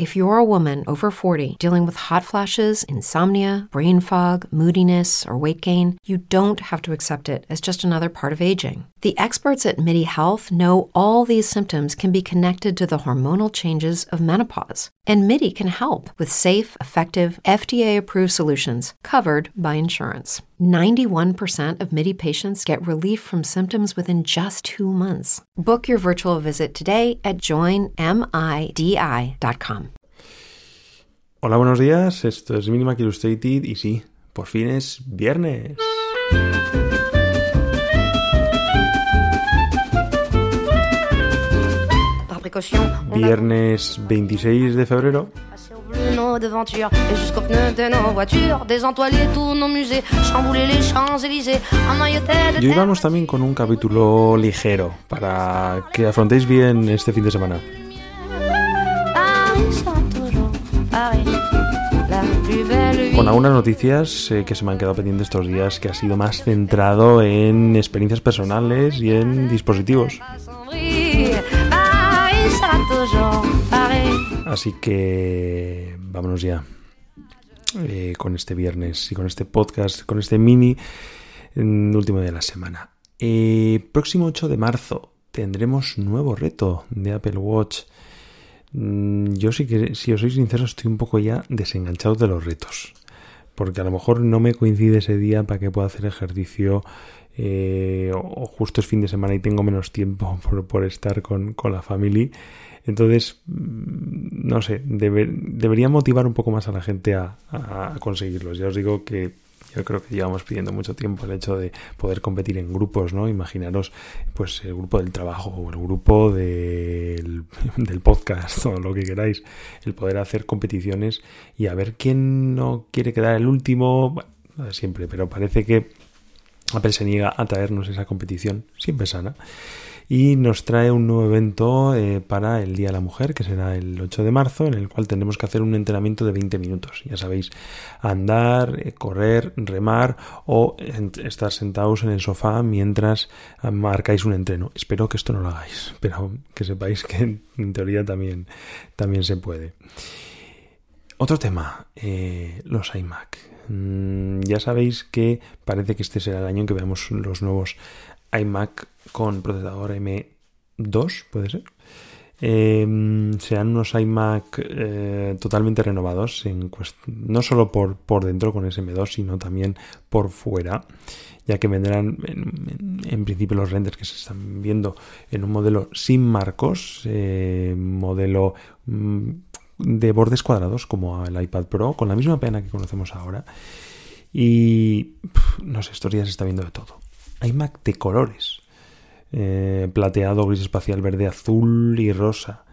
If you're a woman over 40 dealing with hot flashes, insomnia, brain fog, moodiness, or weight gain, you don't have to accept it as just another part of aging. The experts at MIDI Health know all these symptoms can be connected to the hormonal changes of menopause. And MIDI can help with safe, effective, FDA-approved solutions covered by insurance. 91% of MIDI patients get relief from symptoms within just 2 months. Book your virtual visit today at joinmidi.com. Hola, buenos días. Esto es Minimac Illustrated y sí, por fin es viernes. Viernes 26 de febrero. Y hoy vamos también con un capítulo ligero para que afrontéis bien este fin de semana. Con algunas noticias que se me han quedado pendientes estos días, que ha sido más centrado en experiencias personales y en dispositivos. Así que vámonos ya con este viernes y con este podcast, con este mini último día de la semana. Próximo 8 de marzo tendremos nuevo reto de Apple Watch. Yo sí que, si os soy sincero, estoy un poco ya desenganchado de los retos, porque a lo mejor no me coincide ese día para que pueda hacer ejercicio o justo es fin de semana y tengo menos tiempo por estar con la familia. Entonces, no sé, debería motivar un poco más a la gente a conseguirlos. Ya os digo que yo creo que llevamos pidiendo mucho tiempo el hecho de poder competir en grupos, ¿no? Imaginaros, pues, el grupo del trabajo o el grupo del podcast o lo que queráis. El poder hacer competiciones y a ver quién no quiere quedar el último, bueno, siempre, pero parece que Apple se niega a traernos esa competición, siempre sana. Y nos trae un nuevo evento para el Día de la Mujer, que será el 8 de marzo, en el cual tendremos que hacer un entrenamiento de 20 minutos. Ya sabéis, andar, correr, remar o estar sentados en el sofá mientras marcáis un entreno. Espero que esto no lo hagáis, pero que sepáis que en teoría también se puede. Otro tema, los iMac. Ya sabéis que parece que este será el año en que veamos los nuevos iMac con procesador M2, puede ser. Serán unos iMac totalmente renovados, no solo por dentro con ese M2, sino también por fuera, ya que vendrán en principio los renders que se están viendo en un modelo sin marcos, modelo de bordes cuadrados como el iPad Pro, con la misma pena que conocemos ahora. Y no sé, estos días se está viendo de todo. iMac de colores, plateado, gris espacial, verde, azul y rosa.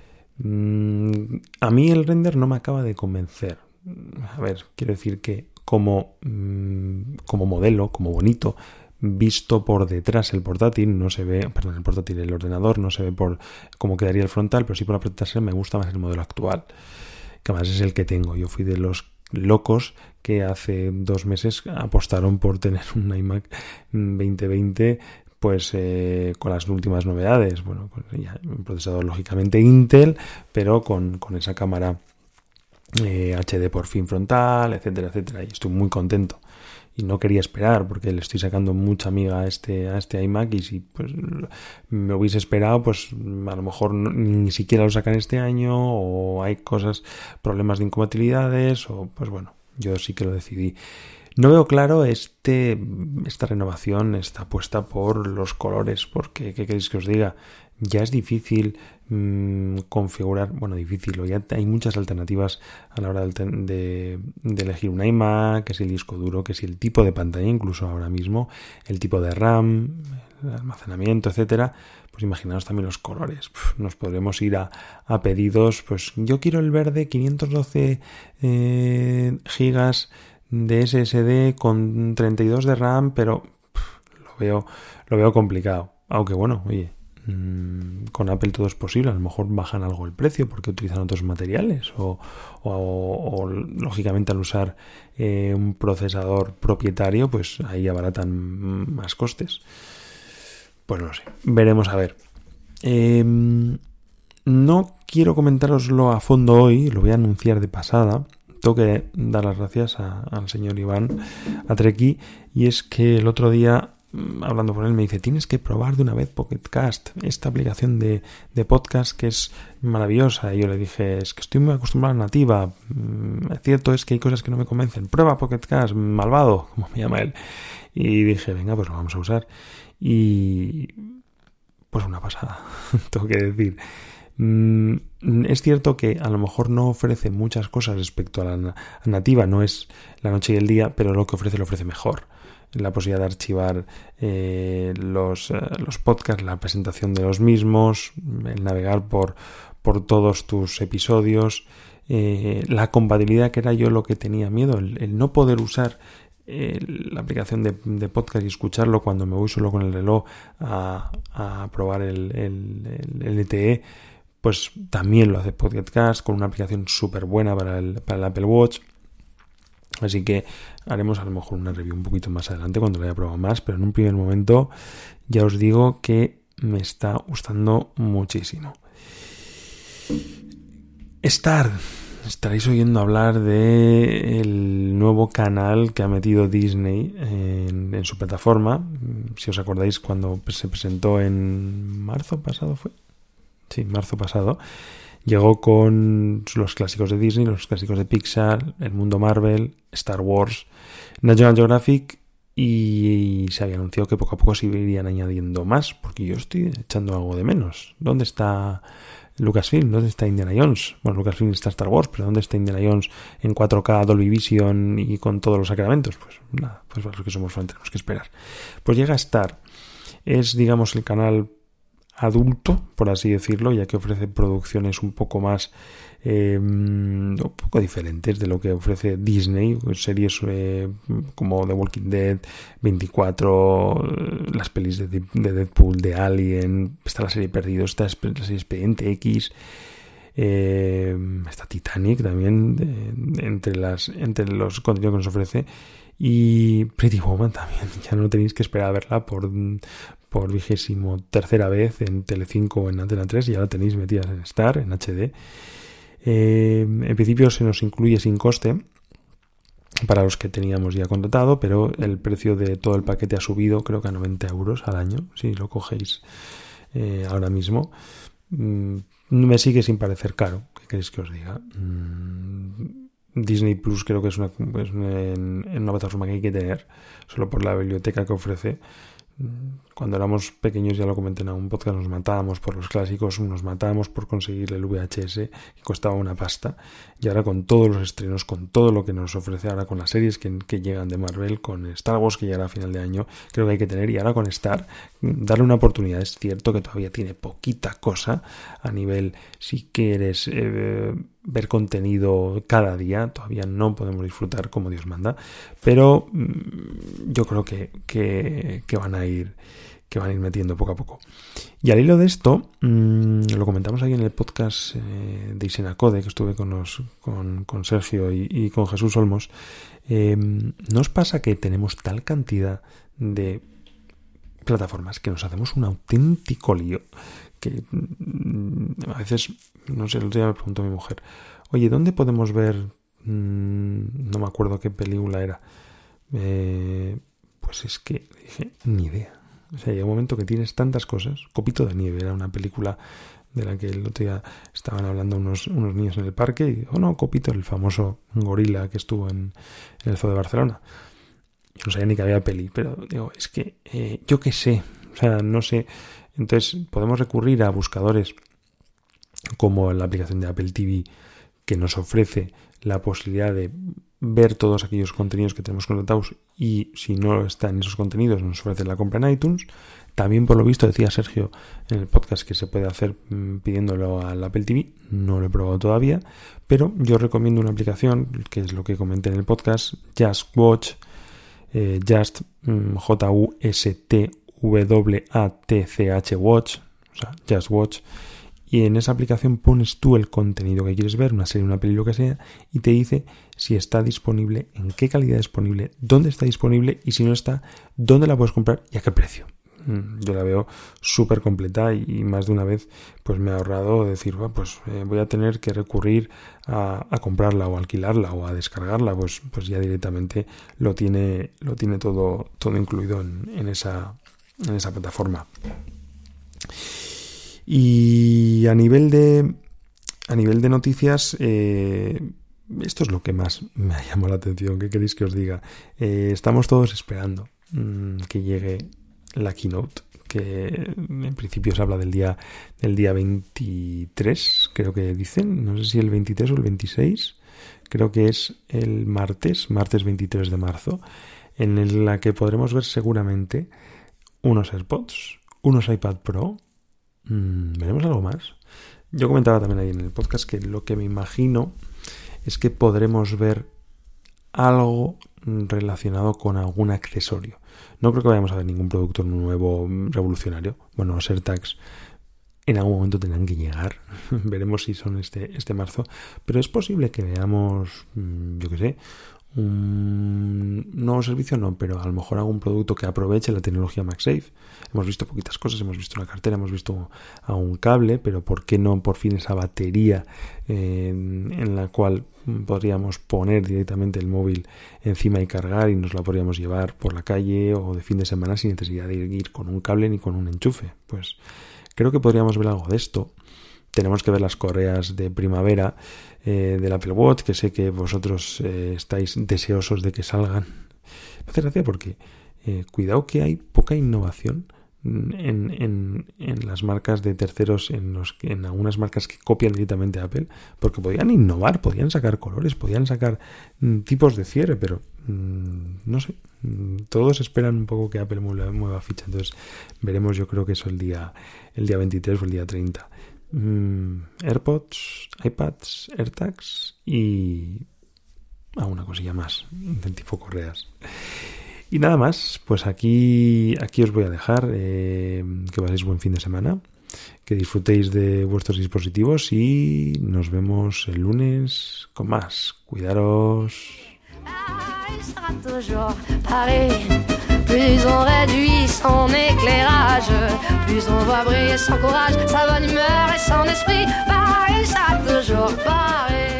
A mí el render no me acaba de convencer. A ver, quiero decir que como modelo, como bonito, visto por detrás el portátil, no se ve, perdón, el ordenador no se ve por cómo quedaría el frontal, pero sí por la presentación me gusta más el modelo actual, que además es el que tengo. Yo fui de los locos que hace 2 meses apostaron por tener un iMac 2020 pues con las últimas novedades, bueno, pues ya un procesador lógicamente Intel, pero con esa cámara HD por fin frontal, etcétera, etcétera, y estoy muy contento. Y no quería esperar porque le estoy sacando mucha amiga a este iMac, y si pues me hubiese esperado, pues a lo mejor ni siquiera lo sacan este año, o hay problemas de incompatibilidades, o pues bueno, yo sí que lo decidí. No veo claro esta renovación, esta apuesta por los colores, porque ¿qué queréis que os diga? Ya es difícil configurar, bueno, difícil, o ya hay muchas alternativas a la hora de elegir un iMac, que si el disco duro, que si el tipo de pantalla, incluso ahora mismo, el tipo de RAM, el almacenamiento, etcétera. Pues imaginaos también los colores. Nos podremos ir a pedidos, pues yo quiero el verde 512 gigas de SSD con 32 de RAM, pero lo veo complicado. Aunque bueno, oye, con Apple todo es posible. A lo mejor bajan algo el precio porque utilizan otros materiales, o lógicamente al usar un procesador propietario, pues ahí abaratan más costes. Pues no sé, veremos a ver. No quiero comentároslo a fondo hoy, lo voy a anunciar de pasada. Tengo que dar las gracias al señor Iván Atrequi, y es que el otro día, hablando con él, me dice: tienes que probar de una vez Pocket Cast, esta aplicación de podcast que es maravillosa. Y yo le dije: es que estoy muy acostumbrado a nativa, cierto es que hay cosas que no me convencen, prueba Pocket Cast, malvado, como me llama él. Y dije: venga, pues lo vamos a usar. Y pues una pasada, tengo que decir. Es cierto que a lo mejor no ofrece muchas cosas respecto a la nativa, no es la noche y el día, pero lo que ofrece lo ofrece mejor. La posibilidad de archivar los podcasts, la presentación de los mismos, el navegar por todos tus episodios, la compatibilidad, que era yo lo que tenía miedo, el no poder usar la aplicación de podcast y escucharlo cuando me voy solo con el reloj a probar el LTE. Pues también lo hace Pocket Cast con una aplicación súper buena para el Apple Watch. Así que haremos a lo mejor una review un poquito más adelante cuando lo haya probado más, pero en un primer momento ya os digo que me está gustando muchísimo. Estaréis oyendo hablar del nuevo canal que ha metido Disney en su plataforma. Si os acordáis, cuando se presentó en marzo pasado fue. Sí, marzo pasado, llegó con los clásicos de Disney, los clásicos de Pixar, el mundo Marvel, Star Wars, National Geographic, y se había anunciado que poco a poco se irían añadiendo más, porque yo estoy echando algo de menos. ¿Dónde está Lucasfilm? ¿Dónde está Indiana Jones? Bueno, Lucasfilm está Star Wars, pero ¿dónde está Indiana Jones en 4K, Dolby Vision y con todos los sacramentos? Pues nada, pues para los que somos fans tenemos que esperar. Pues llega a Star, es digamos el canal adulto, por así decirlo, ya que ofrece producciones un poco más un poco diferentes de lo que ofrece Disney, series como The Walking Dead, 24, las pelis de Deadpool, de Alien, está la serie Perdidos, está la serie Expediente X, está Titanic también, entre los contenidos que nos ofrece, y Pretty Woman también. Ya no tenéis que esperar a verla por 23ª vez en Telecinco o en Antena 3, ya la tenéis metidas en Star, en HD. En principio se nos incluye sin coste para los que teníamos ya contratado, pero el precio de todo el paquete ha subido, creo que a 90 euros al año, si lo cogéis ahora mismo. Me sigue sin parecer caro, ¿qué queréis que os diga? Disney Plus creo que es una plataforma que hay que tener, solo por la biblioteca que ofrece. Cuando éramos pequeños, ya lo comenté en un podcast, nos matábamos por los clásicos, nos matábamos por conseguir el VHS, que costaba una pasta, y ahora con todos los estrenos, con todo lo que nos ofrece ahora, con las series que llegan de Marvel, con Star Wars que llegará a final de año, creo que hay que tener, y ahora con Star, darle una oportunidad. Es cierto que todavía tiene poquita cosa a nivel, si quieres ver contenido cada día, todavía no podemos disfrutar como Dios manda, pero yo creo que van a ir metiendo poco a poco. Y al hilo de esto, lo comentamos aquí en el podcast de Isenacode, que estuve con Sergio y con Jesús Olmos. ¿No os pasa que tenemos tal cantidad de plataformas que nos hacemos un auténtico lío? Que a veces, no sé, el otro día me preguntó mi mujer: oye, ¿dónde podemos ver? No me acuerdo qué película era. Pues es que dije, ni idea. O sea, llega un momento que tienes tantas cosas. Copito de nieve era una película de la que el otro día estaban hablando unos niños en el parque, y digo, no, Copito, el famoso gorila que estuvo en el Zoo de Barcelona. Yo no sabía ni que había peli, pero digo, es que yo qué sé, o sea, no sé. Entonces podemos recurrir a buscadores como la aplicación de Apple TV, que nos ofrece la posibilidad de ver todos aquellos contenidos que tenemos contratados, y si no están esos contenidos nos ofrece la compra en iTunes. También, por lo visto, decía Sergio en el podcast que se puede hacer pidiéndolo al Apple TV. No lo he probado todavía, pero yo recomiendo una aplicación que es lo que comenté en el podcast, Just Watch, Just JUSTWATCH Watch, o sea, Just Watch. Y en esa aplicación pones tú el contenido que quieres ver, una serie, una peli, lo que sea, y te dice si está disponible, en qué calidad disponible, dónde está disponible, y si no está, dónde la puedes comprar y a qué precio. yo la veo súper completa y más de una vez pues me ha ahorrado decir, voy a tener que recurrir a comprarla o alquilarla o a descargarla, pues ya directamente lo tiene todo incluido en esa plataforma. Y a nivel de noticias, esto es lo que más me ha llamado la atención. ¿Qué queréis que os diga? Estamos todos esperando que llegue la keynote, que en principio se habla del día 23, creo que dicen, no sé si el 23 o el 26, creo que es el martes 23 de marzo, en la que podremos ver seguramente unos AirPods, unos iPad Pro, veremos algo más. Yo comentaba también ahí en el podcast que lo que me imagino es que podremos ver algo relacionado con algún accesorio. No creo que vayamos a ver ningún producto nuevo revolucionario. Bueno, los AirTags en algún momento tendrán que llegar. Veremos si son este marzo. Pero es posible que veamos, yo qué sé, un nuevo servicio, no, pero a lo mejor algún producto que aproveche la tecnología MagSafe. Hemos visto poquitas cosas, hemos visto una cartera, hemos visto a un cable, pero ¿por qué no por fin esa batería en la cual podríamos poner directamente el móvil encima y cargar y nos la podríamos llevar por la calle o de fin de semana sin necesidad de ir con un cable ni con un enchufe? Pues creo que podríamos ver algo de esto. Tenemos que ver las correas de primavera del Apple Watch, que sé que vosotros estáis deseosos de que salgan. Me hace gracia porque cuidado que hay poca innovación en las marcas de terceros, en algunas marcas que copian directamente a Apple, porque podían innovar, podían sacar colores, podían sacar tipos de cierre, pero no sé, todos esperan un poco que Apple mueva ficha. Entonces veremos, yo creo que eso el día 23 o el día 30. AirPods, iPads, AirTags y alguna cosilla más del tipo correas. Y nada más, pues aquí os voy a dejar, que paséis buen fin de semana, que disfrutéis de vuestros dispositivos y nos vemos el lunes con más. Cuidaros. Plus on réduit son éclairage, plus on va briller son courage, sa bonne humeur et son esprit. Pareil, ça toujours pareil.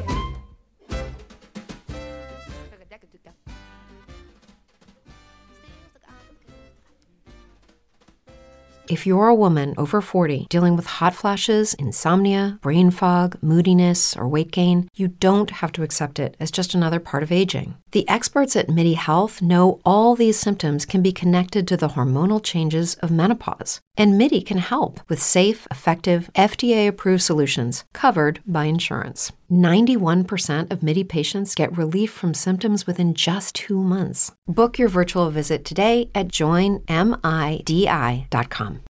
If you're a woman over 40 dealing with hot flashes, insomnia, brain fog, moodiness, or weight gain, you don't have to accept it as just another part of aging. The experts at MIDI Health know all these symptoms can be connected to the hormonal changes of menopause. And MIDI can help with safe, effective, FDA-approved solutions covered by insurance. 91% of MIDI patients get relief from symptoms within just 2 months. Book your virtual visit today at joinmidi.com.